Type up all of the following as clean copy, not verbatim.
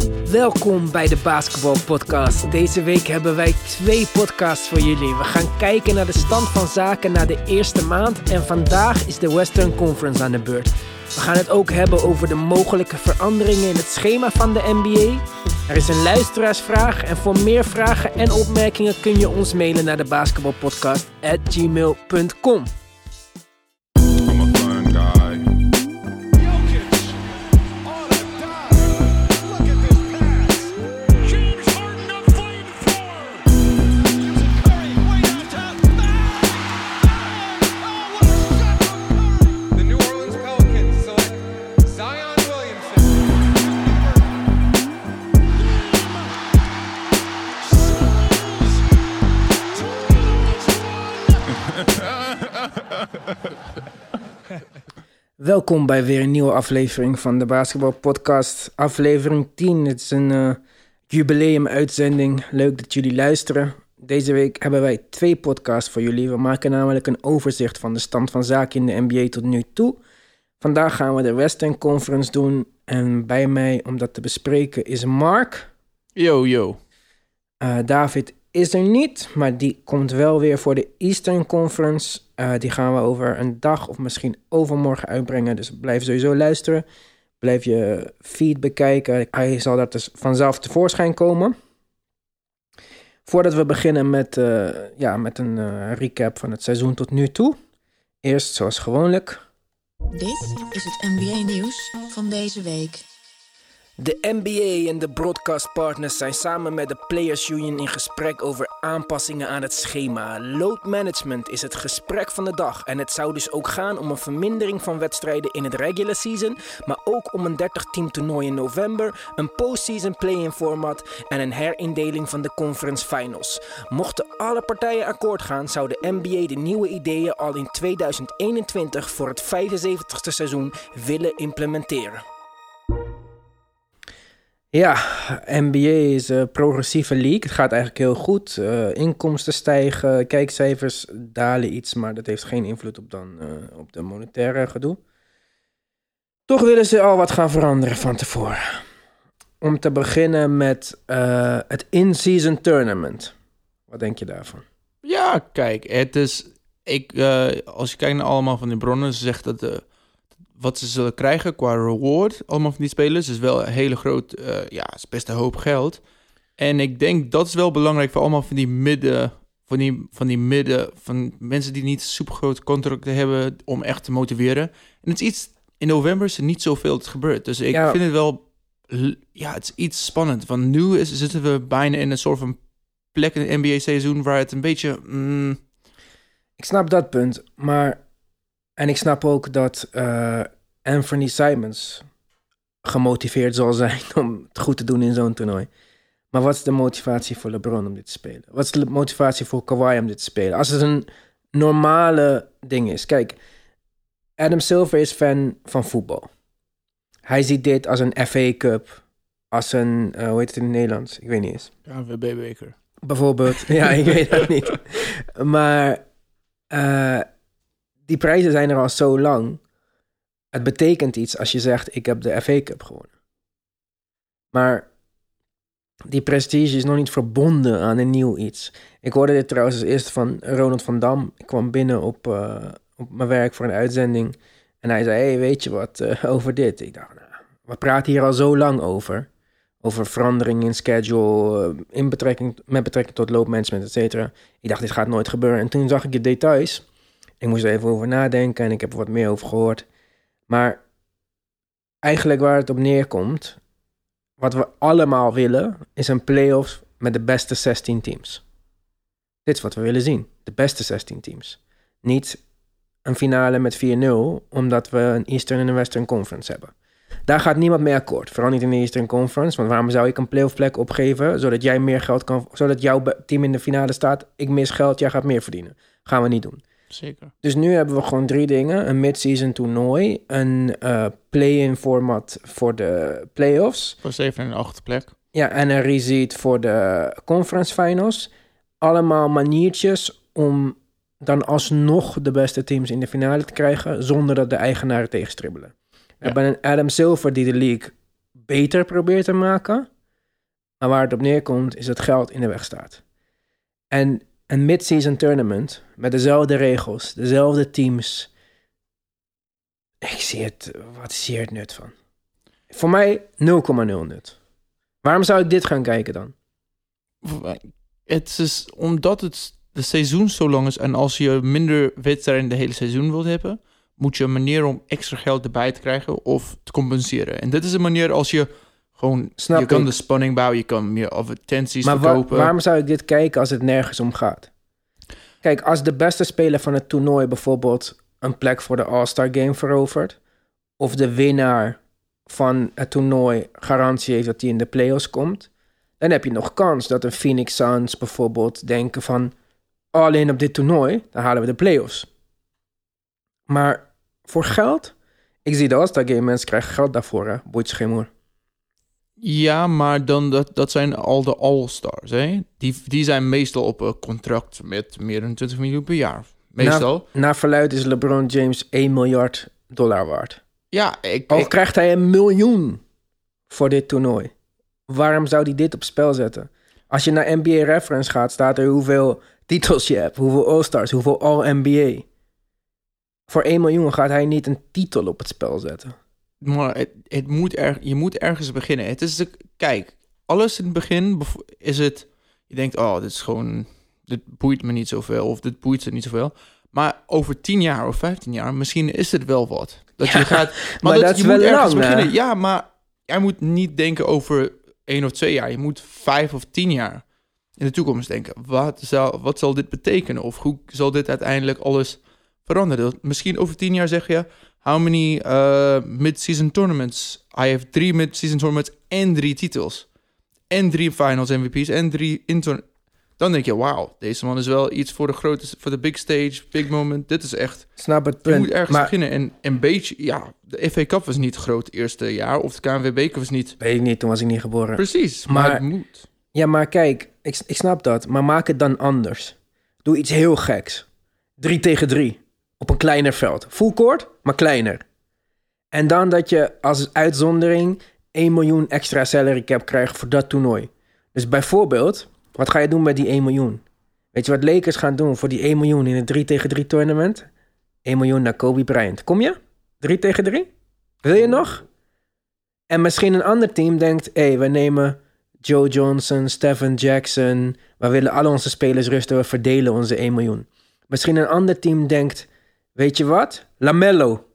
Welkom bij de Basketball Podcast. Deze week hebben wij 2 podcasts voor jullie. We gaan kijken naar de stand van zaken na de eerste maand en vandaag is de Western Conference aan de beurt. We gaan het ook hebben over de mogelijke veranderingen in het schema van de NBA. Er is een luisteraarsvraag en voor meer vragen en opmerkingen kun je ons mailen naar de basketballpodcast@gmail.com. Welkom bij weer een nieuwe aflevering van de Basketball Podcast, aflevering 10. Het is een jubileum-uitzending. Leuk dat jullie luisteren. Deze week hebben wij 2 podcasts voor jullie. We maken namelijk een overzicht van de stand van zaken in de NBA tot nu toe. Vandaag gaan we de Western Conference doen. En bij mij om dat te bespreken is Mark. Yo. David is er niet, maar die komt wel weer voor de Eastern Conference. Die gaan we over een dag of misschien overmorgen uitbrengen. Dus blijf sowieso luisteren. Blijf je feed bekijken. Hij zal dat dus vanzelf tevoorschijn komen. Voordat we beginnen met een recap van het seizoen tot nu toe. Eerst zoals gewoonlijk. Dit is het NBA-nieuws van deze week. De NBA en de broadcastpartners zijn samen met de Players Union in gesprek over aanpassingen aan het schema. Load management is het gesprek van de dag en het zou dus ook gaan om een vermindering van wedstrijden in het regular season, maar ook om een 30-team toernooi in november, een postseason play-in format en een herindeling van de conference finals. Mochten alle partijen akkoord gaan, zou de NBA de nieuwe ideeën al in 2021 voor het 75ste seizoen willen implementeren. Ja, NBA is een progressieve league. Het gaat eigenlijk heel goed. Inkomsten stijgen, kijkcijfers dalen iets, maar dat heeft geen invloed op de monetaire gedoe. Toch willen ze al wat gaan veranderen van tevoren. Om te beginnen met het in-season tournament. Wat denk je daarvan? Ja, kijk, het is... als je kijkt naar allemaal van die bronnen, ze zegt dat... wat ze zullen krijgen qua reward, allemaal van die spelers, is wel een hele groot, is best een hoop geld. En ik denk dat is wel belangrijk voor allemaal van die midden, van mensen die niet supergroot contracten hebben om echt te motiveren. En het is iets, in november is er niet zoveel gebeurd. Dus ik vind het wel, het is iets spannend. Want nu zitten we bijna in een soort van plek in het NBA-seizoen waar het een beetje... Ik snap dat punt, maar... En ik snap ook dat Anthony Simons gemotiveerd zal zijn om het goed te doen in zo'n toernooi. Maar wat is de motivatie voor LeBron om dit te spelen? Wat is de motivatie voor Kawhi om dit te spelen? Als het een normale ding is. Kijk, Adam Silver is fan van voetbal. Hij ziet dit als een FA Cup, als een, hoe heet het in het Nederlands? Ik weet niet eens. Ja, WB-beker. Bijvoorbeeld, ja, ik weet dat niet. Maar... die prijzen zijn er al zo lang. Het betekent iets als je zegt, ik heb de FA Cup gewonnen. Maar die prestige is nog niet verbonden aan een nieuw iets. Ik hoorde dit trouwens als eerste van Ronald van Dam. Ik kwam binnen op mijn werk voor een uitzending. En hij zei, hey, weet je wat, over dit? Ik dacht, we praten hier al zo lang over. Over verandering in schedule, met betrekking tot load management, et cetera. Ik dacht, dit gaat nooit gebeuren. En toen zag ik de details... Ik moest er even over nadenken en ik heb er wat meer over gehoord. Maar eigenlijk waar het op neerkomt... wat we allemaal willen... is een play-off met de beste 16 teams. Dit is wat we willen zien. De beste 16 teams. Niet een finale met 4-0... omdat we een Eastern en een Western Conference hebben. Daar gaat niemand mee akkoord. Vooral niet in de Eastern Conference. Want waarom zou ik een play-off plek opgeven... zodat jij meer geld kan... zodat jouw team in de finale staat... ik mis geld, jij gaat meer verdienen. Gaan we niet doen. Zeker. Dus nu hebben we gewoon 3 dingen. Een mid-season toernooi. Een play-in format voor de playoffs. Voor 7 en 8 plek. Ja, en een reseed voor de conference finals. Allemaal maniertjes om dan alsnog de beste teams in de finale te krijgen... zonder dat de eigenaren tegenstribbelen. We hebben een Adam Silver die de league beter probeert te maken... Maar waar het op neerkomt, is dat geld in de weg staat. En een mid-season tournament met dezelfde regels, dezelfde teams. Wat is hier het nut van? Voor mij 0,0 nut. Waarom zou ik dit gaan kijken dan? Het is omdat de seizoen zo lang is en als je minder wedstrijden de hele seizoen wilt hebben, moet je een manier om extra geld erbij te krijgen of te compenseren. En dit is een manier als je gewoon... je kan de spanning bouwen, je kan meer advertenties verkopen. Maar waarom zou ik dit kijken als het nergens om gaat? Kijk, als de beste speler van het toernooi bijvoorbeeld een plek voor de All-Star Game verovert, of de winnaar van het toernooi garantie heeft dat hij in de playoffs komt, dan heb je nog kans dat een Phoenix Suns bijvoorbeeld denken van all in op dit toernooi, dan halen we de playoffs. Maar voor geld, ik zie de All-Star Game, mensen krijgen geld daarvoor, hè? Boeit ze geen moer. Ja, maar dan dat zijn al de All-Stars, hè? Die zijn meestal op een contract met meer dan 20 miljoen per jaar. Meestal. Naar verluidt is LeBron James $1 miljard waard. Ja, krijgt hij $1 miljoen voor dit toernooi. Waarom zou hij dit op spel zetten? Als je naar NBA Reference gaat, staat er hoeveel titels je hebt, hoeveel All-Stars, hoeveel All-NBA. Voor $1 miljoen gaat hij niet een titel op het spel zetten. Maar je moet ergens beginnen. Het is kijk, alles in het begin is het, je denkt, dit is gewoon, dit boeit me niet zoveel of dit boeit ze niet zoveel. Maar over 10 jaar of 15 jaar, misschien is het wel wat. Dat je gaat, maar dat je is moet wel ergens lang, beginnen. Hè? Ja, maar jij moet niet denken over 1 of 2 jaar. Je moet 5 of 10 jaar in de toekomst denken. Wat zal dit betekenen? Of hoe zal dit uiteindelijk alles veranderen? Misschien over 10 jaar zeg je, how many mid-season tournaments? Hij heeft 3 mid-season tournaments en 3 titels. En 3 finals MVP's en 3 Dan denk je, wauw, deze man is wel iets voor de big stage, big moment. Dit is echt... Snap het punt. Je moet ergens beginnen. En een beetje, ja, de FA Cup was niet groot het eerste jaar. Of de KNVB was niet... Weet ik niet, toen was ik niet geboren. Precies, maar het moet. Ja, maar kijk, ik snap dat. Maar maak het dan anders. Doe iets heel geks. 3 tegen 3. Op een kleiner veld. Full court, maar kleiner. En dan dat je als uitzondering 1 miljoen extra salary cap krijgt voor dat toernooi. Dus bijvoorbeeld, wat ga je doen met die 1 miljoen? Weet je wat Lakers gaan doen voor die 1 miljoen in het 3 tegen 3 tournament? 1 miljoen naar Kobe Bryant. Kom je? 3 tegen 3? Wil je nog? En misschien een ander team denkt, we nemen Joe Johnson, Stephen Jackson. We willen al onze spelers rusten, we verdelen onze 1 miljoen. Misschien een ander team denkt, weet je wat? LaMelo.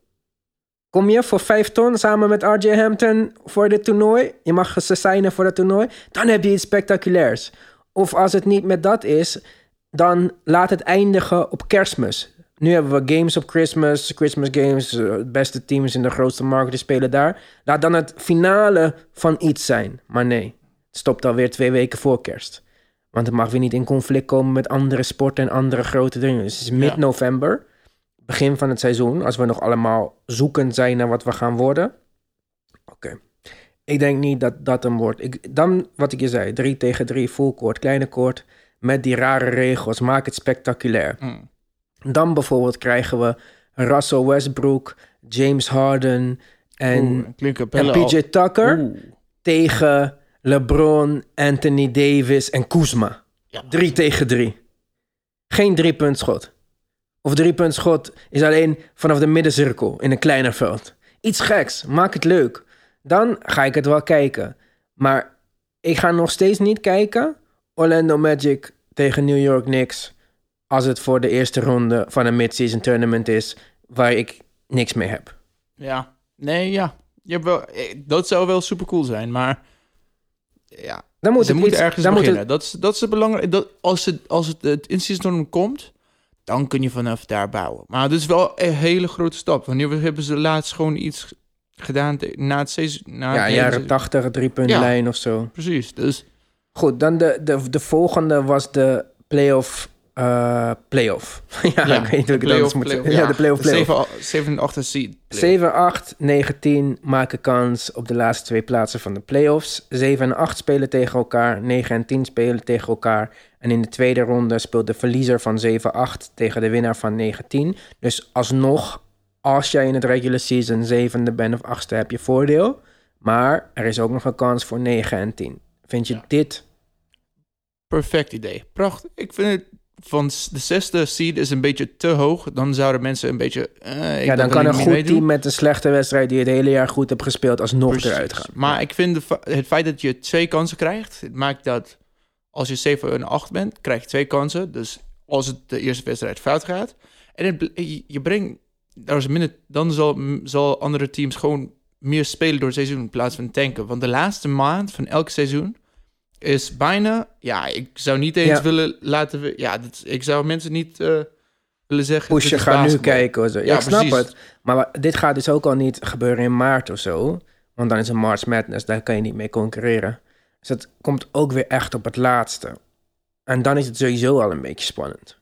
Kom je voor 5 ton samen met RJ Hampton voor dit toernooi? Je mag ze signen voor dat toernooi. Dan heb je iets spectaculairs. Of als het niet met dat is, dan laat het eindigen op Kerstmis. Nu hebben we games op Christmas games, de beste teams in de grootste markten spelen daar. Laat dan het finale van iets zijn. Maar nee, het stopt alweer 2 weken voor Kerst. Want het mag weer niet in conflict komen met andere sporten en andere grote dingen. Dus het is mid-november, begin van het seizoen, als we nog allemaal zoekend zijn naar wat we gaan worden. Oké. Ik denk niet dat dat hem wordt. Dan, wat ik je zei, 3 tegen 3, full court, kleine court, met die rare regels, maak het spectaculair. Dan bijvoorbeeld krijgen we Russell Westbrook, James Harden en PJ Tucker tegen LeBron, Anthony Davis en Kuzma. 3 tegen 3. Geen 3-puntschot. Of 3-puntschot is alleen vanaf de middencirkel in een kleiner veld. Iets geks, maak het leuk. Dan ga ik het wel kijken. Maar ik ga nog steeds niet kijken Orlando Magic tegen New York Knicks als het voor de eerste ronde van een mid-season tournament is waar ik niks mee heb. Ja, nee, ja. Je hebt wel, dat zou wel super cool zijn, maar ja, dan moet ze het moeten ergens beginnen. Het... Dat is het belangrijk. Als het in-season tournament komt, dan kun je vanaf daar bouwen. Maar dat is wel een hele grote stap. Wanneer hebben ze laatst gewoon iets gedaan na het seizoen? Jaren 80, 3-puntlijn of zo. Precies, dus... Goed, dan de volgende was de playoff. Ik weet niet hoe ik het anders moet zeggen. Ja, de playoff. 7 en 8 seed. 7, 8, 9, 10 maken kans op de laatste 2 plaatsen van de playoffs. 7 en 8 spelen tegen elkaar. 9 en 10 spelen tegen elkaar. En in de tweede ronde speelt de verliezer van 7-8 tegen de winnaar van 9-10. Dus alsnog, als jij in het regular season 7e bent of 8e, heb je voordeel. Maar er is ook nog een kans voor 9 en 10. Vind je Ja. dit... Perfect idee. Prachtig. Ik vind het van de 6e seed is een beetje te hoog. Dan zouden mensen een beetje... Ja, dan kan een goed team met een slechte wedstrijd... die het hele jaar goed heeft gespeeld... alsnog Precies. eruit gaan. Maar ik vind het feit dat je 2 kansen krijgt... het maakt dat als je 7 en 8 bent... krijg je 2 kansen. Dus als het de eerste wedstrijd fout gaat... en je brengt... dan zal andere teams gewoon meer spelen door het seizoen... in plaats van tanken. Want de laatste maand van elk seizoen... is bijna... Ja, ik zou niet eens willen laten... ik zou mensen niet willen zeggen... Pushen, ga nu kijken. Of zo. Ja, ik snap precies. het. Maar dit gaat dus ook al niet gebeuren in maart of zo. Want dan is een March Madness. Daar kan je niet mee concurreren. Dus het komt ook weer echt op het laatste. En dan is het sowieso al een beetje spannend.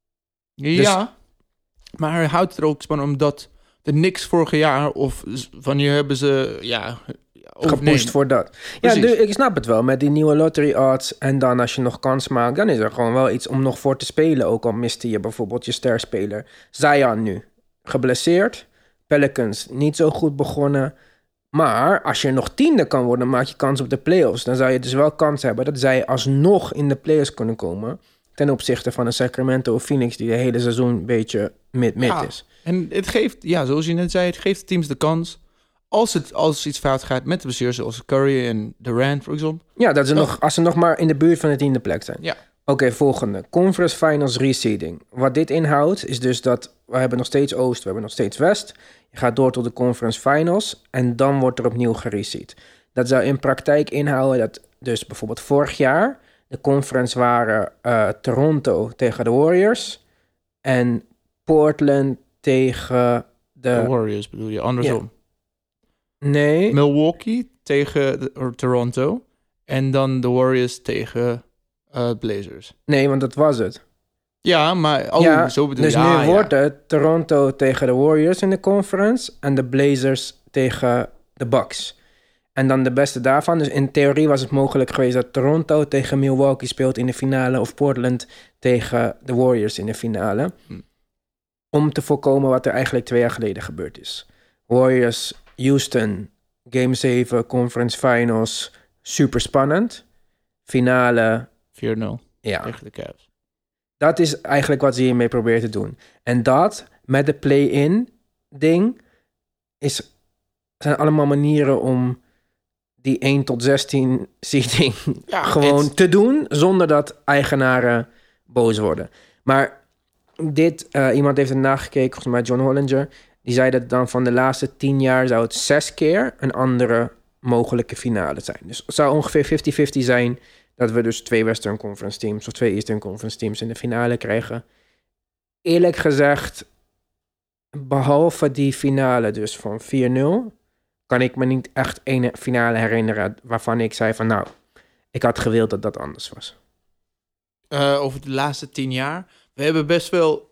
Ja, maar hij houdt het er ook spannend... omdat de Knicks vorig jaar... of wanneer hebben ze... Gepusht voor dat. Ja, ik snap het wel. Met die nieuwe lottery odds... en dan als je nog kans maakt... dan is er gewoon wel iets om nog voor te spelen. Ook al miste je bijvoorbeeld je sterspeler. Zion nu. Geblesseerd. Pelicans niet zo goed begonnen. Maar als je nog 10e kan worden... maak je kans op de playoffs. Dan zou je dus wel kans hebben... dat zij alsnog in de playoffs kunnen komen... ten opzichte van een Sacramento of Phoenix... die de hele seizoen een beetje mid-mid is. En het geeft... Ja, zoals je net zei... het geeft de teams de kans... Als iets fout gaat met de blessures... zoals Curry en Durant, voor example. Ja, als ze nog maar in de buurt van de 10e plek zijn. Ja. Oké, volgende. Conference Finals reseeding. Wat dit inhoudt, is dus dat... we hebben nog steeds Oost, we hebben nog steeds West. Je gaat door tot de Conference Finals... en dan wordt er opnieuw gereseed. Dat zou in praktijk inhouden dat... dus bijvoorbeeld vorig jaar... de conference waren Toronto tegen de Warriors... en Portland tegen De Warriors bedoel je, andersom. Nee. Milwaukee tegen Toronto. En dan de Warriors tegen Blazers. Nee, want dat was het. Ja, maar... zo bedoel je. Dus nu wordt het Toronto tegen de Warriors in de conference... en de Blazers tegen de Bucks. En dan de beste daarvan. Dus in theorie was het mogelijk geweest... dat Toronto tegen Milwaukee speelt in de finale... of Portland tegen de Warriors in de finale. Om te voorkomen wat er eigenlijk 2 jaar geleden gebeurd is. Warriors, Houston, Game 7, Conference Finals... super spannend. Finale... 4-0 ja. tegen de Cavs. Dat is eigenlijk wat ze hiermee proberen te doen. En dat, met de play-in ding... zijn allemaal manieren om die 1 tot 16 seeding gewoon te doen... zonder dat eigenaren boos worden. Maar iemand heeft er nagekeken, volgens mij John Hollinger... die zei dat dan van de laatste 10 jaar... zou het 6 keer een andere mogelijke finale zijn. Dus het zou ongeveer 50-50 zijn... dat we dus 2 Western Conference teams... of 2 Eastern Conference teams in de finale krijgen. Eerlijk gezegd... behalve die finale dus van 4-0... kan ik me niet echt een finale herinneren... waarvan ik zei van nou... ik had gewild dat dat anders was. Over de laatste 10 jaar... we hebben best wel...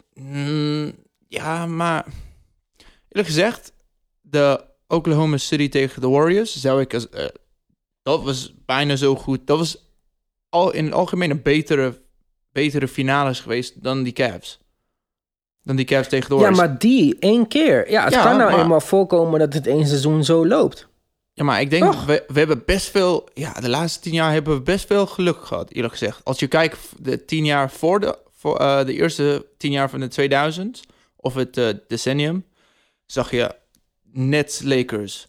maar... eerlijk gezegd... de Oklahoma City tegen de Warriors... zou ik als... dat was bijna zo goed. Dat was in het algemeen een betere finales geweest... dan die Cavs. Dan die Cavs tegen de Warriors. Ja, maar die 1 keer. Ja, het kan nou eenmaal voorkomen dat het 1 seizoen zo loopt. Ja, maar ik denk, we hebben best veel... Ja, de laatste 10 jaar hebben we best veel geluk gehad, eerlijk gezegd. Als je kijkt de 10 jaar voor de eerste 10 jaar van de 2000... of het decennium... zag je Nets Lakers.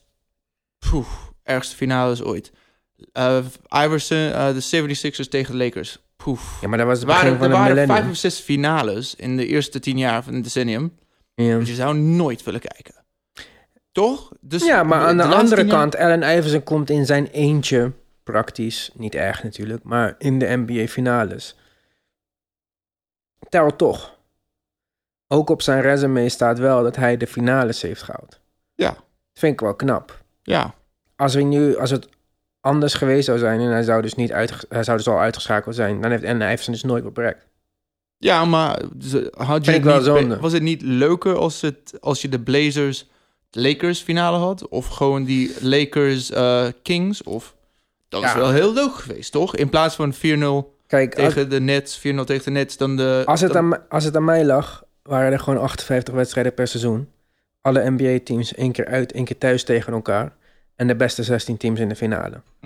Ergste finales ooit. Iverson, de 76ers tegen de Lakers. Ja, maar dat was het begin van de millennium. Er waren 5 of 6 finales in de eerste 10 jaar van het decennium. Ja. Dus je zou nooit willen kijken. Toch? Dus ja, maar aan de andere kant... Allen Iverson komt in zijn eentje... praktisch, niet erg natuurlijk... maar in de NBA-finales. Tel toch. Ook op zijn resume staat wel... dat hij de finales heeft gehaald. Ja. Dat vind ik wel knap. Ja. Als het anders geweest zou zijn... en hij zou dus al uitgeschakeld zijn... dan heeft Allen Iverson dus nooit bereikt. Ja, maar was het niet leuker als je de Blazers Lakers finale had? Of gewoon die Lakers Kings? Dat was wel heel leuk geweest, toch? In plaats van 4-0 tegen de Nets, 4-0 tegen de Nets, dan de... Als het aan mij lag, waren er gewoon 58 wedstrijden per seizoen. Alle NBA-teams 1 keer uit, 1 keer thuis tegen elkaar. En de beste 16 teams in de finale. Want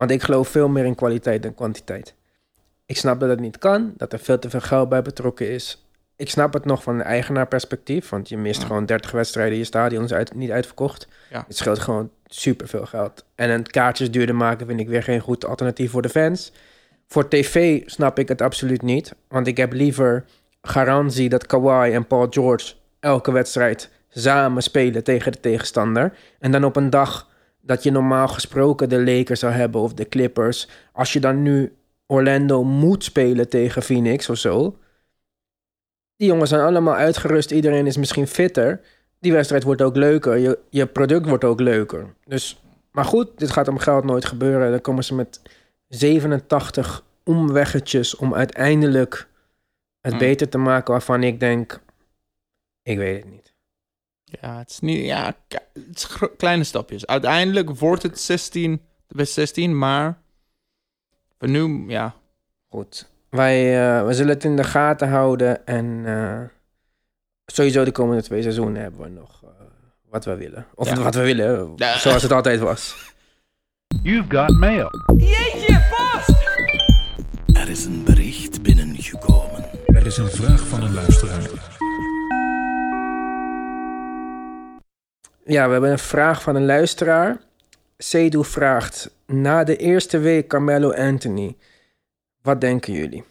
Want ik geloof veel meer in kwaliteit dan kwantiteit. Ik snap dat het niet kan, dat er veel te veel geld bij betrokken is. Ik snap het nog van een eigenaarperspectief, want je mist gewoon 30 wedstrijden, je stadion is niet uitverkocht. Ja. Het scheelt gewoon superveel geld. En een kaartjes duurder maken vind ik weer geen goed alternatief voor de fans. Voor tv snap ik het absoluut niet, want ik heb liever garantie dat Kawhi en Paul George elke wedstrijd samen spelen tegen de tegenstander. En dan op een dag dat je normaal gesproken de Lakers zou hebben of de Clippers. Als je dan nu Orlando moet spelen tegen Phoenix of zo. Die jongens zijn allemaal uitgerust. Iedereen is misschien fitter. Die wedstrijd wordt ook leuker. Je product wordt ook leuker. Dus, maar goed, dit gaat om geld nooit gebeuren. Dan komen ze met 87 omweggetjes om uiteindelijk het beter te maken waarvan ik denk, ik weet het niet. Ja, het is niet... Ja, het is kleine stapjes. Uiteindelijk wordt het 16, de beste 16, maar voor nu, ja. Goed. We zullen het in de gaten houden en sowieso de komende 2 seizoenen hebben we nog wat we willen. Of wat we willen, zoals het altijd was. You've got mail. Jeetje, post! Er is een bericht binnengekomen. Er is een vraag van een luisteraar. Ja, we hebben een vraag van een luisteraar. Seydou vraagt, na de eerste week Carmelo Anthony, wat denken jullie?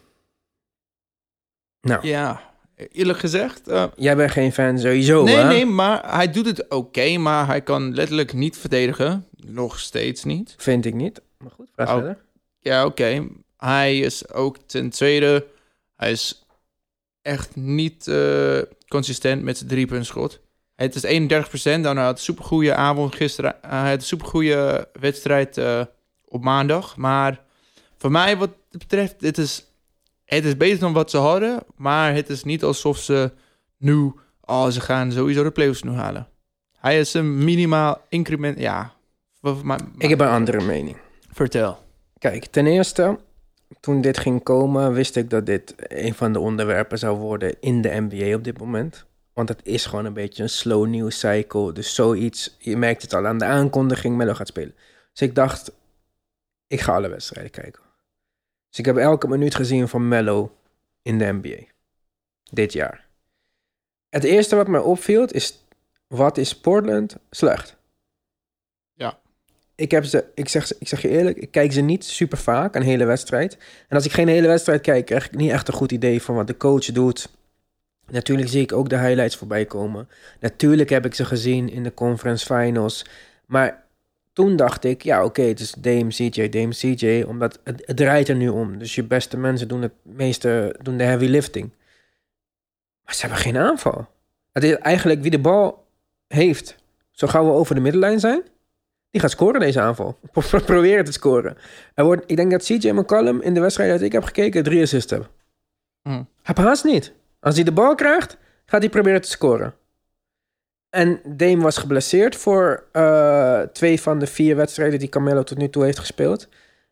Nou, Ja, eerlijk gezegd... jij bent geen fan sowieso, hè? Nee, maar hij doet het oké, maar hij kan letterlijk niet verdedigen. Nog steeds niet. Vind ik niet. Maar goed, vraag verder. Ja, oké. Hij is ook ten tweede... Hij is echt niet consistent met zijn 3-puntschot. Het is 31%. Dan had een supergoeie avond gisteren. Hij had een supergoeie wedstrijd op maandag. Maar voor mij wat het betreft... Het is beter dan wat ze hadden. Maar het is niet alsof ze nu... ze gaan sowieso de playoffs nu halen. Hij is een minimaal increment... Ja. Ik heb een andere mening. Vertel. Kijk, ten eerste, toen dit ging komen, wist ik dat dit een van de onderwerpen zou worden in de NBA op dit moment. Want het is gewoon een beetje een slow news cycle. Dus zoiets, je merkt het al aan de aankondiging, Melo gaat spelen. Dus ik dacht, ik ga alle wedstrijden kijken. Dus ik heb elke minuut gezien van Melo in de NBA. Dit jaar. Het eerste wat mij opviel is, wat is Portland slecht? Ja. Ik zeg je eerlijk, ik kijk ze niet super vaak, een hele wedstrijd. En als ik geen hele wedstrijd kijk, krijg ik niet echt een goed idee van wat de coach doet. Natuurlijk zie ik ook de highlights voorbij komen. Natuurlijk heb ik ze gezien in de conference finals. Maar toen dacht ik, ja oké, het is Dame CJ, omdat het draait er nu om. Dus je beste mensen doen doen de heavy lifting. Maar ze hebben geen aanval. Het is eigenlijk wie de bal heeft. Zo gauw we over de middenlijn zijn, die gaat scoren deze aanval. Proberen te scoren. Ik denk dat CJ McCollum in de wedstrijd dat ik heb gekeken 3 assists hebben. Hij haast niet. Als hij de bal krijgt, gaat hij proberen te scoren. En Dame was geblesseerd voor 2 van de 4 wedstrijden die Carmelo tot nu toe heeft gespeeld.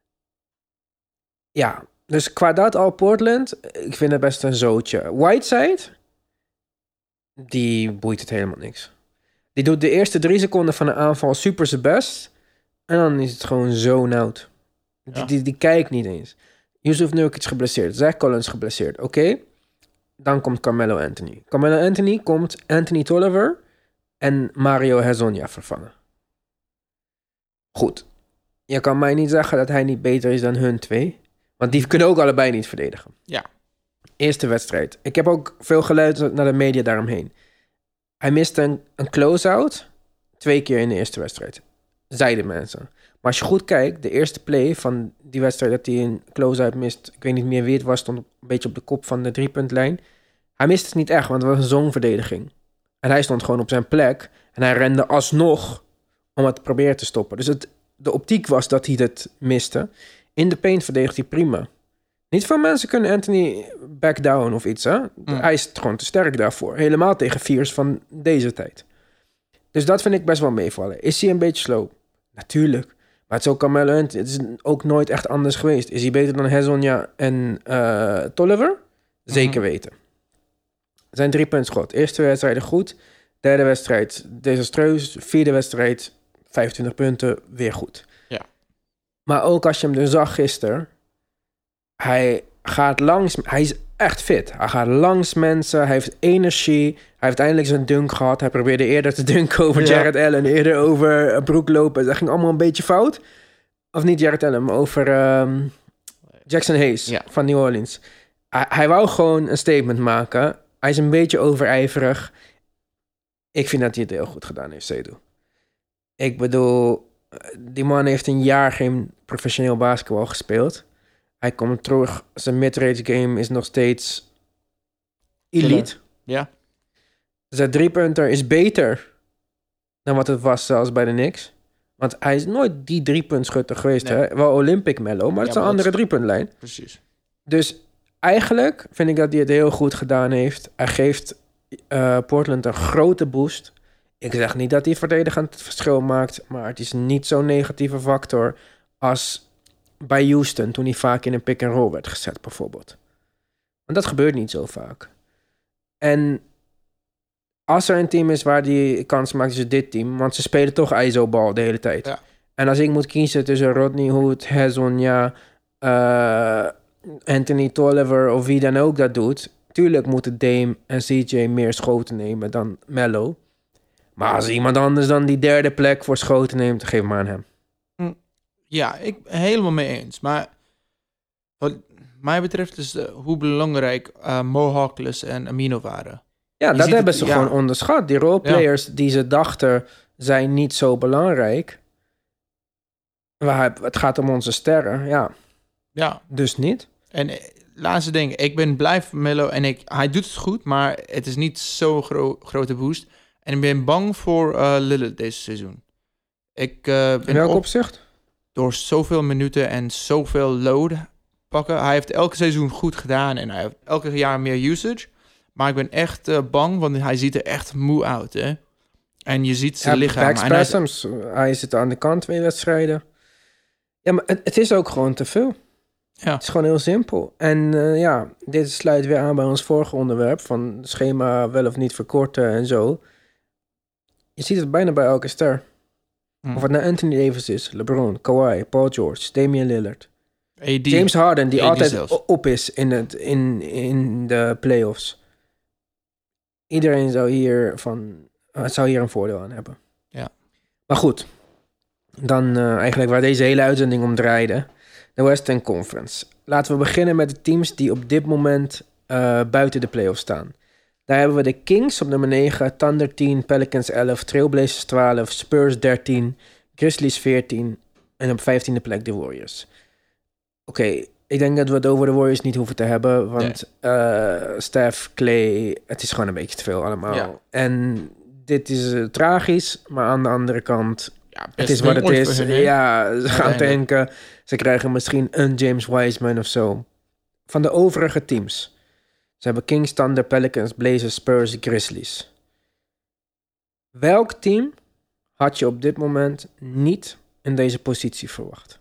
Ja, dus qua dat al Portland, ik vind het best een zootje. Whiteside, die boeit het helemaal niks. Die doet de eerste 3 seconden van de aanval super zijn best. En dan is het gewoon zo'n out. Ja. Die kijkt niet eens. Yusuf Nurkic geblesseerd. Zach Collins geblesseerd. Oké. Dan komt Carmelo Anthony. Carmelo Anthony komt Anthony Tolliver en Mario Hezonja vervangen. Goed. Je kan mij niet zeggen dat hij niet beter is dan hun 2. Want die kunnen ook allebei niet verdedigen. Ja. Eerste wedstrijd. Ik heb ook veel geluisterd naar de media daaromheen. Hij miste een close-out 2 keer in de eerste wedstrijd. Zeiden mensen. Maar als je goed kijkt, de eerste play van die wedstrijd dat hij een close-out mist, ik weet niet meer wie het was, stond een beetje op de kop van de 3-puntlijn. Hij miste het niet echt, want het was een zoneverdediging. En hij stond gewoon op zijn plek en hij rende alsnog om het te proberen te stoppen. Dus de optiek was dat hij het miste. In de paint verdedigt hij prima. Niet veel mensen kunnen Anthony back down of iets, hè? Hij is gewoon te sterk daarvoor. Helemaal tegen viers van deze tijd. Dus dat vind ik best wel meevallen. Is hij een beetje slow? Natuurlijk. Maar het is ook Carmelo Anthony. Het is ook nooit echt anders geweest. Is hij beter dan Hezonja en Tolliver? Zeker weten. Zijn 3-puntschot. Eerste wedstrijd goed. Derde wedstrijd desastreus. Vierde wedstrijd 25 punten. Weer goed. Ja. Maar ook als je hem dus zag gisteren, hij is echt fit. Hij gaat langs mensen, hij heeft energie. Hij heeft eindelijk zijn dunk gehad. Hij probeerde eerder te dunken over Jared Allen, eerder over Brook Lopez. Dat ging allemaal een beetje fout. Of niet Jared Allen, maar over Jackson Hayes van New Orleans. Hij wou gewoon een statement maken. Hij is een beetje overijverig. Ik vind dat hij het heel goed gedaan heeft, Seydou. Ik bedoel, die man heeft een jaar geen professioneel basketbal gespeeld. Hij komt terug. Zijn midrange game is nog steeds elite. Ja. Zijn driepunter is beter dan wat het was zelfs bij de Knicks. Want hij is nooit die driepuntschutter geweest. Nee. Hè? Wel Olympic Melo, maar het is een andere driepuntlijn. Precies. Dus eigenlijk vind ik dat hij het heel goed gedaan heeft. Hij geeft Portland een grote boost. Ik zeg niet dat hij verdedigend het verschil maakt, maar het is niet zo'n negatieve factor als bij Houston, toen hij vaak in een pick-and-roll werd gezet, bijvoorbeeld. Want dat gebeurt niet zo vaak. En als er een team is waar die kans maakt, is het dit team. Want ze spelen toch ISO-bal de hele tijd. Ja. En als ik moet kiezen tussen Rodney Hood, Hezonja, Anthony Tolliver of wie dan ook dat doet, tuurlijk moeten Dame en CJ meer schoten nemen dan Melo. Maar als iemand anders dan die derde plek voor schoten neemt, geef maar aan hem. Ja, ik ben helemaal mee eens. Maar wat mij betreft is hoe belangrijk Mo Harkless en Amino waren. Ja, Je dat ziet hebben het- ze gewoon onderschat. Die roleplayers die ze dachten zijn niet zo belangrijk. Het gaat om onze sterren, ja. Ja, Dus niet. en laatste ding. Ik ben blij voor Melo en hij doet het goed, maar het is niet zo'n grote boost. En ik ben bang voor Lillard deze seizoen. Ik In ben welk opzicht? door zoveel minuten en zoveel load pakken. Hij heeft elke seizoen goed gedaan en hij heeft elke jaar meer usage. Maar ik ben echt bang, want hij ziet er echt moe uit, hè. En je ziet zijn lichaam. En Backspasms. Hij zit aan de kant 2 wedstrijden. Ja, maar het is ook gewoon te veel. Ja. Het is gewoon heel simpel. En dit sluit weer aan bij ons vorige onderwerp van schema wel of niet verkorten en zo. Je ziet het bijna bij elke ster. Of het nou Anthony Davis is, LeBron, Kawhi, Paul George, Damian Lillard. AD, James Harden, die AD altijd zelfs. op is in de playoffs. Iedereen zou hier een voordeel aan hebben. Ja. Maar goed, dan eigenlijk waar deze hele uitzending om draaide. De Western Conference. Laten we beginnen met de teams die op dit moment buiten de playoffs staan. Daar hebben we de Kings op nummer 9, Thunder 10, Pelicans 11, Trailblazers 12, Spurs 13, Grizzlies 14 en op 15e plek de Warriors. Oké, ik denk dat we het over de Warriors niet hoeven te hebben, want Steph, Clay, het is gewoon een beetje te veel allemaal. Ja. En dit is tragisch, maar aan de andere kant, Ja, het is wat het is. Ze Ze gaan Uiteindelijk. tanken, ze krijgen misschien een James Wiseman of zo. Van de overige teams. Ze hebben Kings, Thunder, Pelicans, Blazers, Spurs, Grizzlies. Welk team had je op dit moment niet in deze positie verwacht?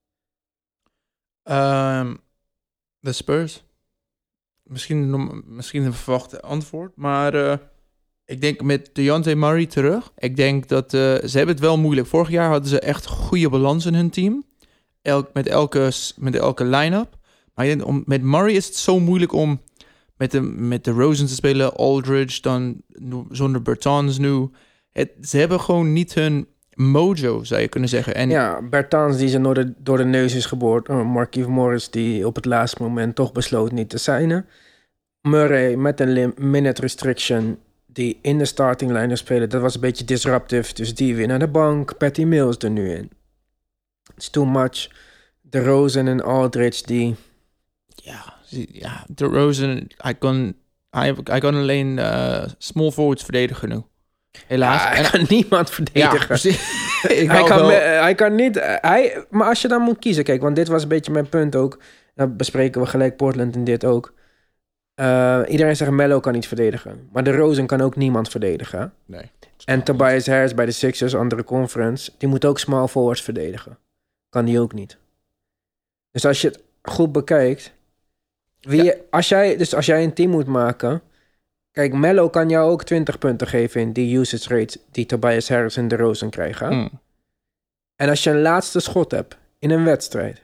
De Spurs. Misschien een verwachte antwoord, maar ik denk met Dejounte Murray terug. Ik denk dat ze hebben het wel moeilijk. Vorig jaar hadden ze echt goede balans in hun team. Met elke line-up. Maar ik denk, met Murray is het zo moeilijk om met de Rosen te spelen. Aldridge, dan zonder Bertans nu. Ze hebben gewoon niet hun mojo, zou je kunnen zeggen. En Ja, Bertans die ze door de neus is geboord. Markieff Morris die op het laatste moment toch besloot niet te signen. Murray met een minute restriction die in de starting line spelen. Dat was een beetje disruptive, dus die weer naar de bank. Patty Mills er nu in. It's too much. De Rosen en Aldridge die... Ja, de Rosen, hij kan alleen small forwards verdedigen nu. Helaas. Ja, hij kan niemand verdedigen. Ja, precies. Hij kan niet... Maar als je dan moet kiezen... Kijk, want dit was een beetje mijn punt ook. Dan bespreken we gelijk Portland en dit ook. Iedereen zegt Melo kan niet verdedigen. Maar de Rosen kan ook niemand verdedigen. Nee. En Tobias Harris bij de Sixers, andere conference... die moet ook small forwards verdedigen. Kan die ook niet. Dus als je het goed bekijkt... Als jij een team moet maken... Kijk, Melo kan jou ook 20 punten geven in die usage rate die Tobias Harris en de Rosen krijgen. Mm. En als je een laatste schot hebt in een wedstrijd.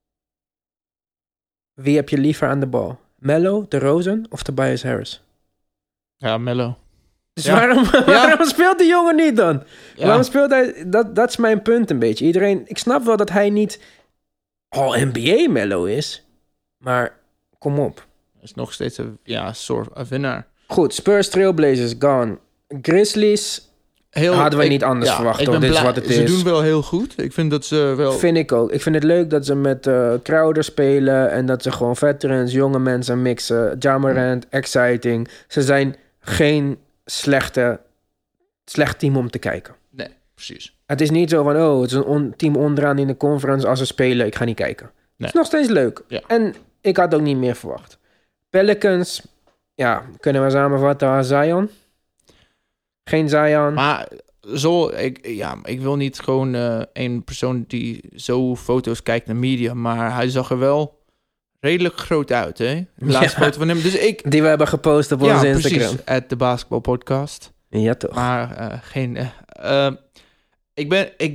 Wie heb je liever aan de bal? Melo, DeRozan of Tobias Harris? Ja, Melo. Dus Ja. waarom speelt die jongen niet dan? Ja. Waarom speelt hij... Dat is mijn punt een beetje. Iedereen... Ik snap wel dat hij niet All-NBA Melo is. Maar kom op. Is nog steeds een soort winnaar. Goed, Spurs, Trailblazers, gone. Grizzlies hadden we niet anders verwacht. Ik Toch? ben Dit is blij. wat het Ze is. doen wel heel goed. Ik vind dat ze wel... Vind ik ook. Ik vind het leuk dat ze met Crowder spelen... en dat ze gewoon veterans, jonge mensen mixen. Ja Morant, exciting. Ze zijn geen slecht team om te kijken. Nee, precies. Het is niet zo van... het is een team onderaan in de conference. Als ze spelen, ik ga niet kijken. Het is nog steeds leuk. Ja. En ik had ook niet meer verwacht. Pelicans... Ja, kunnen we samenvatten als Zion? Geen Zion. Maar ik wil niet gewoon een persoon die zo foto's kijkt naar media, maar hij zag er wel redelijk groot uit, hè? De laatste foto van hem. Dus Die we hebben gepost op onze Instagram. precies. At de basketbalpodcast. Ja, toch. Maar geen... ik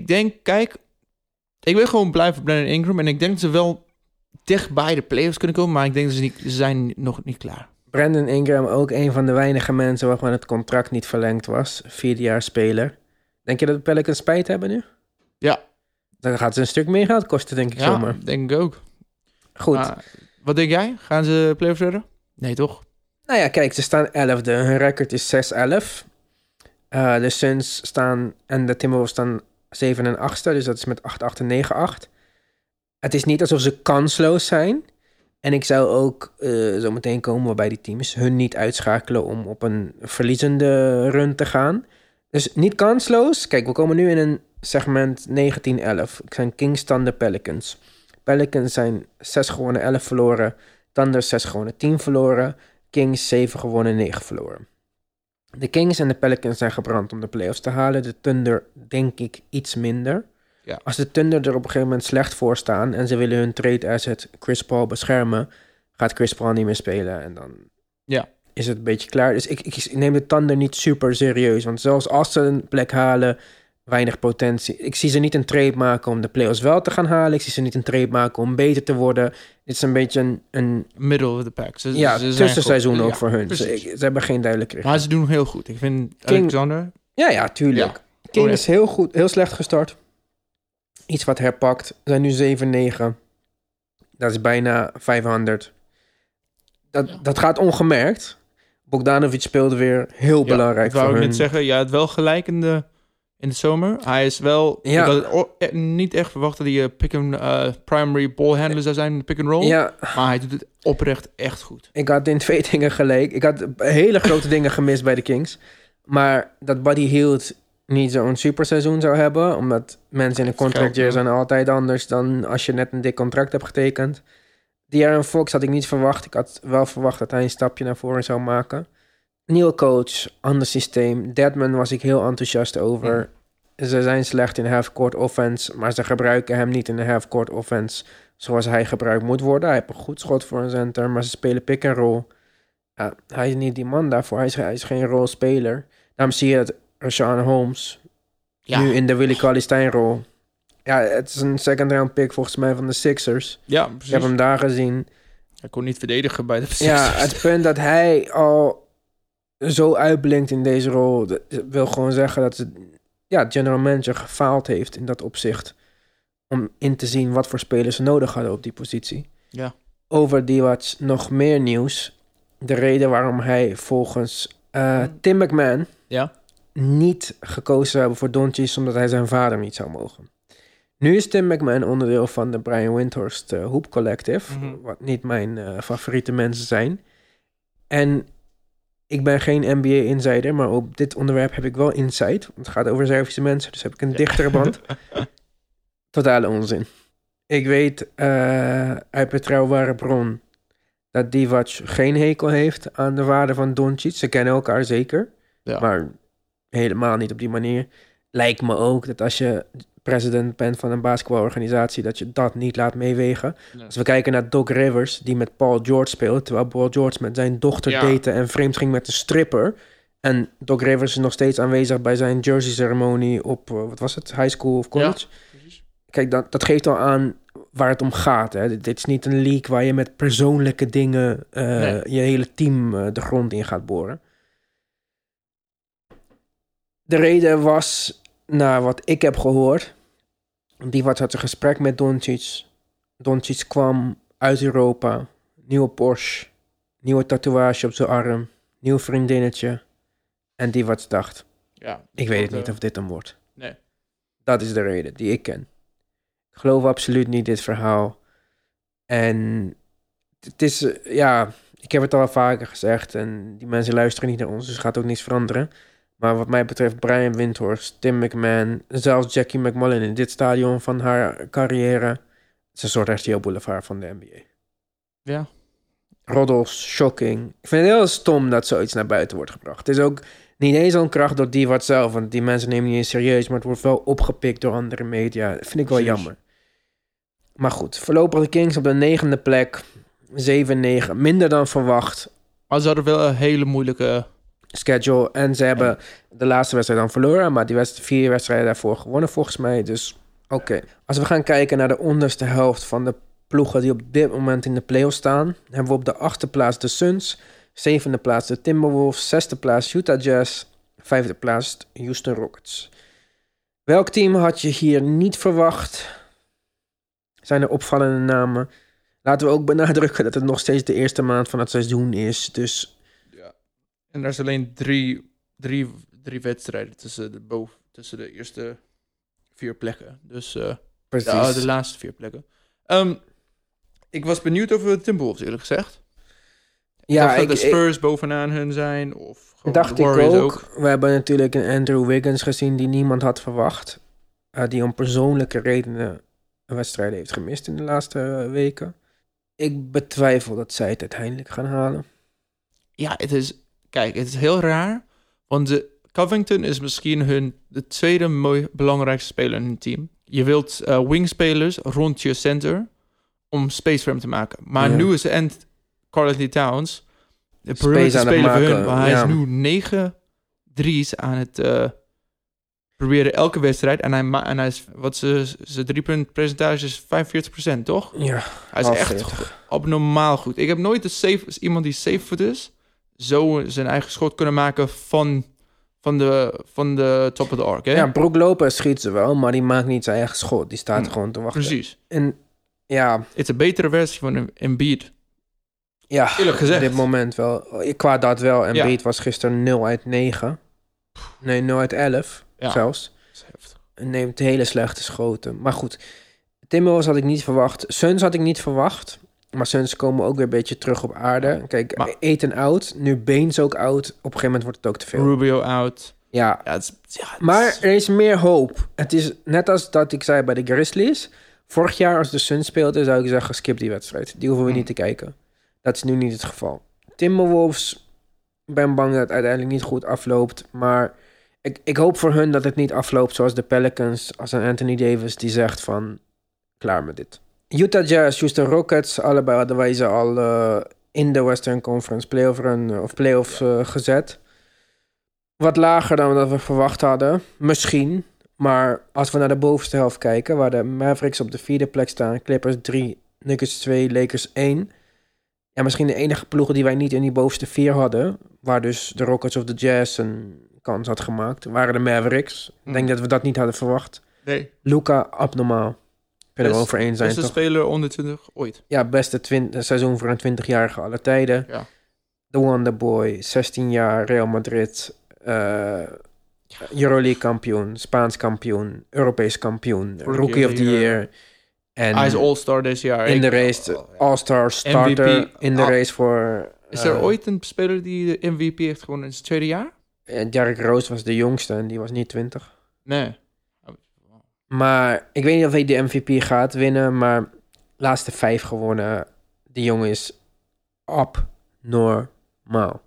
ben gewoon blij voor Brandon Ingram en ik denk dat ze wel dicht bij de playoffs kunnen komen, maar ik denk dat ze zijn nog niet klaar. Brandon Ingram, ook een van de weinige mensen waarvan het contract niet verlengd was. 4 jaar speler. Denk je dat de Pelicans spijt hebben nu? Ja. Dan gaat ze een stuk meer geld kosten, denk ik zomaar. Denk ik ook. Goed. Maar, wat denk jij? Gaan ze playoffs redden? Nee, toch? Nou ja, kijk, ze staan 11e. Hun record is 6-11. De Suns staan en de Timberwolves staan 7 en 8e. Dus dat is met 8-8 en 9-8. Het is niet alsof ze kansloos zijn. En ik zou ook zo meteen komen waarbij die teams hun niet uitschakelen om op een verliezende run te gaan. Dus niet kansloos. Kijk, we komen nu in een segment 19-11. Ik zijn Kings, Thunder, Pelicans. Pelicans zijn 6 gewonnen, 11 verloren. Thunder 6 gewonnen, 10 verloren. Kings 7 gewonnen, 9 verloren. De Kings en de Pelicans zijn gebrand om de playoffs te halen. De Thunder denk ik iets minder. Ja. Als de Thunder er op een gegeven moment slecht voor staan en ze willen hun trade asset Chris Paul beschermen, gaat Chris Paul niet meer spelen en dan is het een beetje klaar. Dus ik neem de Thunder niet super serieus, want zelfs als ze een plek halen, weinig potentie. Ik zie ze niet een trade maken om de playoffs wel te gaan halen. Ik zie ze niet een trade maken om beter te worden. Dit is een beetje een middle of the pack. Ze tussenseizoen ook voor hun. Ze hebben geen duidelijke richting. Maar ze doen heel goed. Ik vind Alexander... Ja, tuurlijk. King is heel slecht gestart. Iets wat herpakt. We zijn nu 7-9. Dat is bijna 500. Dat gaat ongemerkt. Bogdanovic speelde weer heel belangrijk voor hun. Ik wou net zeggen, je had wel gelijk in de zomer. Hij is wel... Ik had het niet echt verwacht dat hij primary ballhandler zou zijn in de pick-and-roll. Ja. Maar hij doet het oprecht echt goed. Ik had in 2 dingen gelijk. Ik had hele grote dingen gemist bij de Kings. Maar dat Buddy Hield niet zo'n superseizoen zou hebben, omdat mensen in een contract year zijn altijd anders dan als je net een dik contract hebt getekend. De'Aaron Fox had ik niet verwacht. Ik had wel verwacht dat hij een stapje naar voren zou maken. Nieuwe coach, ander systeem. Deadman was ik heel enthousiast over. Ze zijn slecht in half-court offense, maar ze gebruiken hem niet in de half-court offense zoals hij gebruikt moet worden. Hij heeft een goed schot voor een center, maar ze spelen pick-and-roll. Hij is niet die man daarvoor. Hij is geen rolspeler. Daarom zie je dat Rashawn Holmes nu in de Willie Cauley-Stein-rol. Ja, het is een second round pick volgens mij van de Sixers. Ja, precies. Ik heb hem daar gezien. Hij kon niet verdedigen bij de Sixers. Ja, het punt dat hij al zo uitblinkt in deze rol, dat wil gewoon zeggen dat de general manager gefaald heeft in dat opzicht. Om in te zien wat voor spelers ze nodig hadden op die positie. Ja. Over Divac nog meer nieuws. De reden waarom hij volgens Tim McMahon niet gekozen hebben voor Doncic, omdat hij zijn vader niet zou mogen. Nu is Tim McMahon onderdeel van de Brian Windhorst Hoop Collective, wat niet mijn favoriete mensen zijn. En ik ben geen NBA-insider, maar op dit onderwerp heb ik wel insight. Want het gaat over Servische mensen, dus heb ik een dichtere band. Totale onzin. Ik weet uit betrouwbare bron dat Divac geen hekel heeft aan de waarde van Doncic. Ze kennen elkaar zeker, maar helemaal niet op die manier. Lijkt me ook dat als je president bent van een basketbalorganisatie, dat je dat niet laat meewegen. Nee. Als we kijken naar Doc Rivers, die met Paul George speelt, terwijl Paul George met zijn dochter date en vreemd ging met een stripper. En Doc Rivers is nog steeds aanwezig bij zijn jersey-ceremonie op, wat was het, high school of college? Ja, kijk, dat geeft al aan waar het om gaat. Hè? Dit is niet een league waar je met persoonlijke dingen je hele team de grond in gaat boren. De reden was, naar wat ik heb gehoord, Divac had een gesprek met Doncic. Doncic kwam uit Europa, nieuwe Porsche, nieuwe tatoeage op zijn arm, nieuw vriendinnetje. En Divac dacht, ik weet het niet of dit hem wordt. Nee. Dat is de reden die ik ken. Ik geloof absoluut niet dit verhaal. En het is, ik heb het al vaker gezegd en die mensen luisteren niet naar ons, dus het gaat ook niets veranderen. Maar wat mij betreft Brian Windhorst, Tim McMahon, zelfs Jackie McMullen in dit stadion van haar carrière. Het is een soort RTL Boulevard van de NBA. Ja. Roddels, shocking. Ik vind het heel stom dat zoiets naar buiten wordt gebracht. Het is ook niet eens zo'n kracht door Divac zelf, want die mensen nemen niet eens serieus, maar het wordt wel opgepikt door andere media. Dat vind ik wel jammer. Maar goed, voorlopig de Kings op de 9e plek. 7-9, minder dan verwacht. Maar ze hadden wel een hele moeilijke schedule. En ze hebben de laatste wedstrijd dan verloren, maar die 4 wedstrijden daarvoor gewonnen volgens mij. Dus oké. Als we gaan kijken naar de onderste helft van de ploegen die op dit moment in de playoffs staan, hebben we op de 8e plaats de Suns, 7e plaats de Timberwolves, 6e plaats Utah Jazz, 5e plaats Houston Rockets. Welk team had je hier niet verwacht? Zijn er opvallende namen? Laten we ook benadrukken dat het nog steeds de eerste maand van het seizoen is. Dus ja. En er is alleen drie wedstrijden tussen de eerste 4 plekken. Dus precies. De laatste 4 plekken. Ik was benieuwd over de Timberwolves, eerlijk gezegd. Ja, ik dacht dat de Spurs bovenaan hun zijn. Of gewoon dacht de Warriors ik ook. We hebben natuurlijk een Andrew Wiggins gezien die niemand had verwacht. Die om persoonlijke redenen wedstrijden heeft gemist in de laatste weken. Ik betwijfel dat zij het uiteindelijk gaan halen. Ja, het is heel raar. Want Covington is misschien de tweede belangrijkste speler in hun team. Je wilt wingspelers rond je center om space voor hem te maken. Maar nu is Karl Anthony Towns de perimeter speler voor hun. Maar hij is nu 9 drie's aan het proberen elke wedstrijd. En hij is, zijn 3-punt percentage is 45%, toch? Ja. Hij is echt abnormaal goed. Ik heb nooit iemand die safe is, zo zijn eigen schot kunnen maken van de top of the arc. Hè? Ja, Brook Lopez schiet ze wel, maar die maakt niet zijn eigen schot. Die staat gewoon te wachten. Precies. En ja. Het is een betere versie van Embiid. Ja, eerlijk gezegd. Op dit moment wel. Qua dat wel. Embiid was gisteren 0 uit 9. Nee, 0 uit 11 zelfs. En neemt hele slechte schoten. Maar goed, Timberwolves had ik niet verwacht. Suns had ik niet verwacht. Maar Suns komen ook weer een beetje terug op aarde. Kijk, Ayton out. Nu Baines ook out. Op een gegeven moment wordt het ook te veel. Rubio out. Ja. Maar er is meer hoop. Het is net als dat ik zei bij de Grizzlies. Vorig jaar als de Suns speelden, zou ik zeggen, skip die wedstrijd. Die hoeven we niet te kijken. Dat is nu niet het geval. Timberwolves, ik ben bang dat het uiteindelijk niet goed afloopt. Maar ik hoop voor hun dat het niet afloopt zoals de Pelicans. Als een Anthony Davis die zegt van, klaar met dit. Utah Jazz, Houston Rockets, allebei hadden wij ze al in de Western Conference playoffs gezet. Wat lager dan dat we verwacht hadden, misschien. Maar als we naar de bovenste helft kijken, waar de Mavericks op de 4e plek staan, Clippers 3, Nuggets 2, Lakers 1. Ja, misschien de enige ploegen die wij niet in die bovenste 4 hadden, waar dus de Rockets of de Jazz een kans had gemaakt, waren de Mavericks. Ik denk dat we dat niet hadden verwacht. Nee. Luka, abnormaal. Kunnen we over één zijn, beste toch? speler onder 20 ooit. Ja, beste seizoen voor een 20-jarige alle tijden. Ja. The Wonderboy, 16 jaar, Real Madrid, Euroleague kampioen, Spaans kampioen, Europees kampioen, Rookie of the Year. En hij is All-Star dit jaar. In de race, All-Star starter MVP. in de race voor... Is er ooit een speler die de MVP heeft gewonnen in zijn tweede jaar? Derrick Rose was de jongste en die was niet 20. Nee. Maar ik weet niet of hij de MVP gaat winnen, maar laatste 5 gewonnen. Die jongen is abnormaal.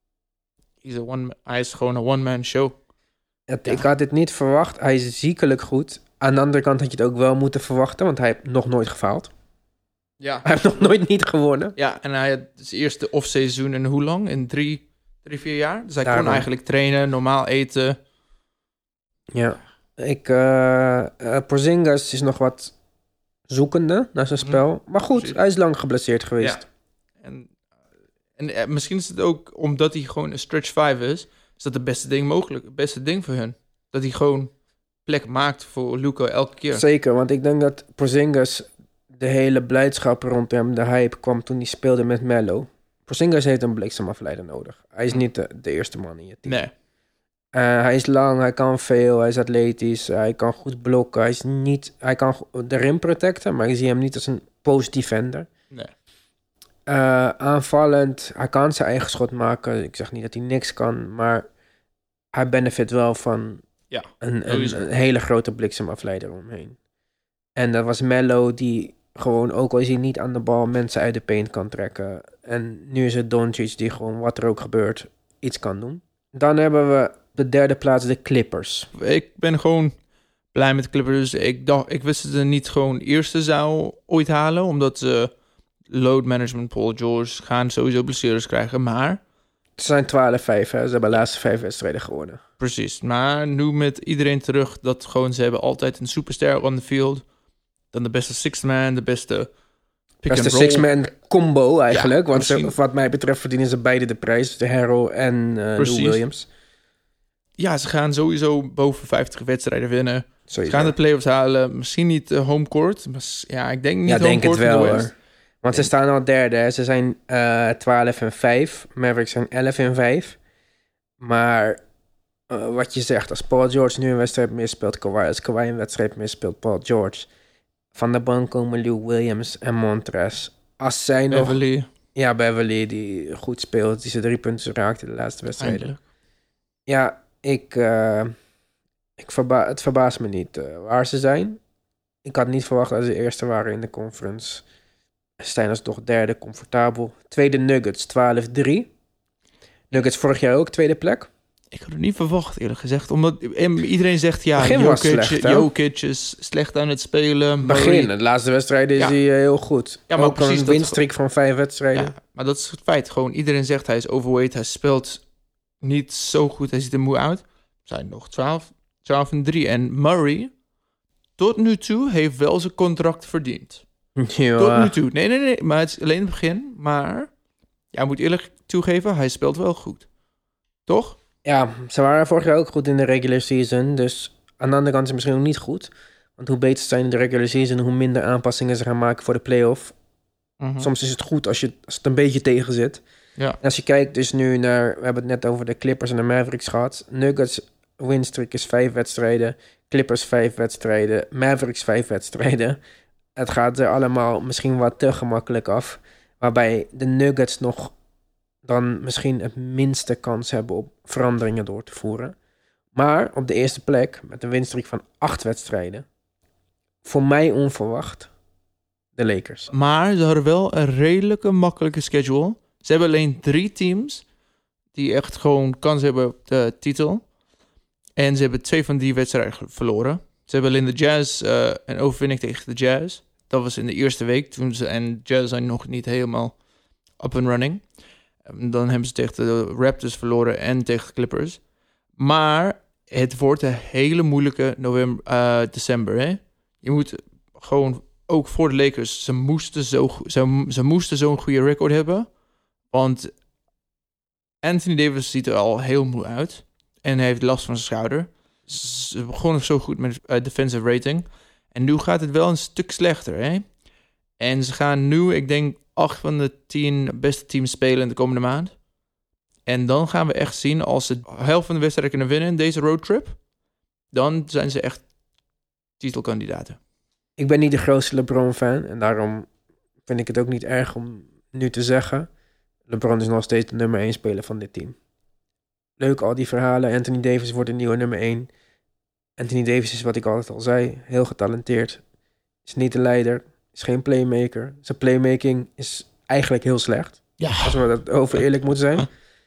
Hij is gewoon een one-man show. Ik had dit niet verwacht. Hij is ziekelijk goed. Aan de andere kant had je het ook wel moeten verwachten, want hij heeft nog nooit gefaald. Ja. Hij heeft nog nooit niet gewonnen. Ja, en hij had zijn eerste off-seizoen in hoe lang? In 3-4 jaar? Dus hij Daarom. kon eigenlijk trainen, normaal eten. Ja. Porzingis is nog wat zoekende naar zijn spel. Maar goed, Precies. hij is lang geblesseerd geweest. Ja. En misschien is het ook omdat hij gewoon een stretch 5 is dat het beste ding mogelijk, het beste ding voor hun. Dat hij gewoon plek maakt voor Luka elke keer. Zeker, want ik denk dat Porzingis, de hele blijdschap rond hem, de hype, kwam toen hij speelde met Melo. Porzingis heeft een bliksemafleider nodig. Hij is niet de eerste man in je team. Nee. Hij is lang, hij kan veel, hij is atletisch, hij kan goed blokken. Hij kan de rim protecten, maar ik zie hem niet als een post defender. Nee. Aanvallend, hij kan zijn eigen schot maken. Ik zeg niet dat hij niks kan, maar hij benefit wel van Ja, een hele grote bliksemafleider omheen. En dat was Melo die gewoon, ook al is hij niet aan de bal, mensen uit de paint kan trekken. En nu is het Doncic die gewoon, wat er ook gebeurt, iets kan doen. Dan hebben we op de derde plaats de Clippers. Ik ben gewoon blij met de Clippers. Ik wist dat ze niet gewoon eerste zou ooit halen, omdat ze load management, Paul George, gaan sowieso blessures krijgen, maar... Ze zijn 12-5, hè? Ze hebben de laatste 5 wedstrijden gewonnen. Precies, maar nu met iedereen terug, dat gewoon ze hebben altijd een superster on the field. Dan de beste sixth man, de beste pick Dat is and de roll. six-man combo eigenlijk. Ja, want misschien... wat mij betreft verdienen ze beide de prijs. De Harrell en Lou Williams. Ja, ze gaan sowieso boven 50 wedstrijden winnen. Sowieso. Ze gaan de playoffs halen. Misschien niet home court. Maar ja, ik denk niet Ja, home denk court het wel, in de West. hoor. Want ze staan al derde. Hè. Ze zijn 12-5. Mavericks zijn 11-5. Maar wat je zegt, als Paul George nu een wedstrijd meespeelt, als Kawhi een wedstrijd meespeelt, Paul George. Van de bank komen Lou Williams en Montrezl. Als zij nog... Beverly, Ja, Beverly die goed speelt. Die ze 3 punten raakte de laatste wedstrijden. eindelijk. Ja, het verbaast me niet waar ze zijn. Ik had niet verwacht dat ze eerste waren in de conference. Ze zijn dus toch derde, comfortabel. Tweede Nuggets, 12-3. Nuggets vorig jaar ook tweede plek. Ik had het niet verwacht, eerlijk gezegd. Omdat iedereen zegt, ja, Begin was slecht, hè? Jokic is slecht aan het spelen. Begin, de laatste wedstrijden is Ja. hij heel goed. Ja, maar ook precies een dat- winstreek van 5 wedstrijden. Ja, maar dat is het feit. Gewoon iedereen zegt, hij is overweight. Hij speelt niet zo goed. Hij ziet er moe uit. Er zijn nog 12-3. En Murray, tot nu toe, heeft wel zijn contract verdiend. Ja. Tot nu toe. Nee. Maar het is alleen het begin. Maar, ja, ik moet eerlijk toegeven, hij speelt wel goed. Toch? Ja, ze waren vorig jaar ook goed in de regular season. Dus aan de andere kant is het misschien ook niet goed. Want hoe beter ze zijn in de regular season, hoe minder aanpassingen ze gaan maken voor de playoff. Soms is het goed als het een beetje tegen zit. Ja. En als je kijkt dus nu naar... We hebben het net over de Clippers en de Mavericks gehad. Nuggets winstreak is 5 wedstrijden. Clippers 5 wedstrijden. Mavericks 5 wedstrijden. Het gaat er allemaal misschien wat te gemakkelijk af. Waarbij de Nuggets nog dan misschien het minste kans hebben op veranderingen door te voeren. Maar op de eerste plek, met een winstreak van 8 wedstrijden... voor mij onverwacht, de Lakers. Maar ze hadden wel een redelijke makkelijke schedule. Ze hebben alleen 3 teams die echt gewoon kans hebben op de titel. En ze hebben 2 van die wedstrijden verloren. Ze hebben alleen de Jazz een overwinning tegen de Jazz. Dat was in de eerste week. En Jazz zijn nog niet helemaal up and running. Dan hebben ze tegen de Raptors verloren en tegen de Clippers. Maar het wordt een hele moeilijke december. Hè? Je moet gewoon, ook voor de Lakers, ze moesten zo'n goede record hebben. Want Anthony Davis ziet er al heel moe uit. En hij heeft last van zijn schouder. Ze begonnen zo goed met defensive rating. En nu gaat het wel een stuk slechter. Hè? En ze gaan nu, ik denk, 8 van de 10 beste teams spelen in de komende maand. En dan gaan we echt zien, als ze de helft van de wedstrijden kunnen winnen in deze roadtrip, dan zijn ze echt titelkandidaten. Ik ben niet de grootste LeBron-fan. En daarom vind ik het ook niet erg om nu te zeggen. LeBron is nog steeds de nummer 1 speler van dit team. Leuk, al die verhalen. Anthony Davis wordt de nieuwe nummer 1. Anthony Davis is, wat ik altijd al zei, heel getalenteerd. Is niet de leider. Is geen playmaker. Zijn playmaking is eigenlijk heel slecht. Ja. Als we dat over eerlijk moeten zijn.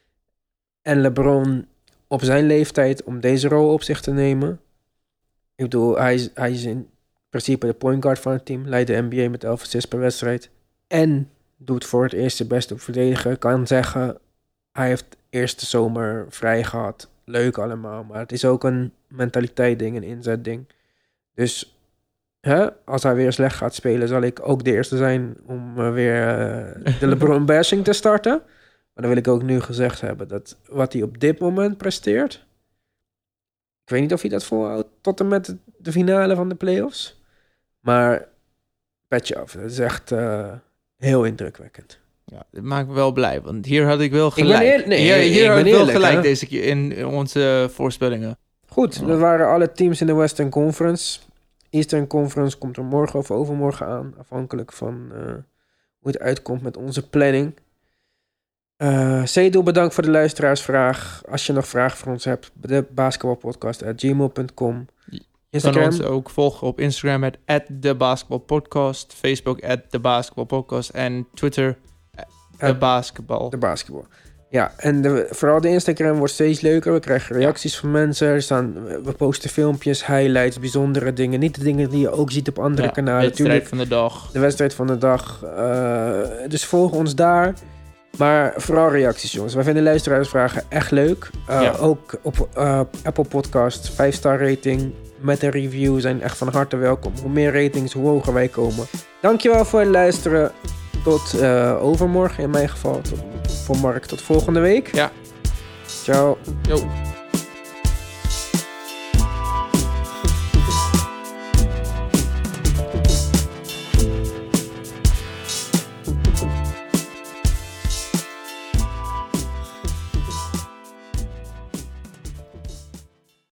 En LeBron op zijn leeftijd om deze rol op zich te nemen. Ik bedoel, hij is in principe de point guard van het team. Leidt de NBA met 11 assists per wedstrijd. En doet voor het eerst het best op verdedigen. Kan zeggen, hij heeft eerste zomer vrij gehad. Leuk allemaal. Maar het is ook een mentaliteit ding, een inzet ding. Dus als hij weer slecht gaat spelen, zal ik ook de eerste zijn om weer de LeBron bashing te starten. Maar dan wil ik ook nu gezegd hebben dat wat hij op dit moment presteert, ik weet niet of hij dat volhoudt tot en met de finale van de playoffs. Maar petje af, dat is echt heel indrukwekkend. Ja, dit maakt me wel blij, want hier had ik wel gelijk. Hier had ik wel eerlijk, gelijk hè? deze keer in onze voorspellingen. Goed, dat waren alle teams in de Western Conference. Eastern Conference komt er morgen of overmorgen aan, afhankelijk van hoe het uitkomt met onze planning. Seydou, bedankt voor de luisteraarsvraag. Als je nog vragen voor ons hebt, de basketbalpodcast@gmail.com. Je kan Instagram. ons ook volgen op Instagram @thebasketballpodcast, Facebook @thebasketballpodcast en Twitter @thebasketball. De basketbal. Ja, en vooral de Instagram wordt steeds leuker. We krijgen reacties van mensen. We posten filmpjes, highlights, bijzondere dingen. Niet de dingen die je ook ziet op andere kanalen. Wedstrijd van de dag. De wedstrijd van de dag. Dus volg ons daar. Maar vooral reacties, jongens. Wij vinden luisteraarsvragen echt leuk. Ook op Apple Podcast 5-star rating met een review zijn echt van harte welkom. Hoe meer ratings, hoe hoger wij komen. Dankjewel voor het luisteren. Tot overmorgen in mijn geval. Voor Mark tot volgende week. Ja. Ciao. Yo.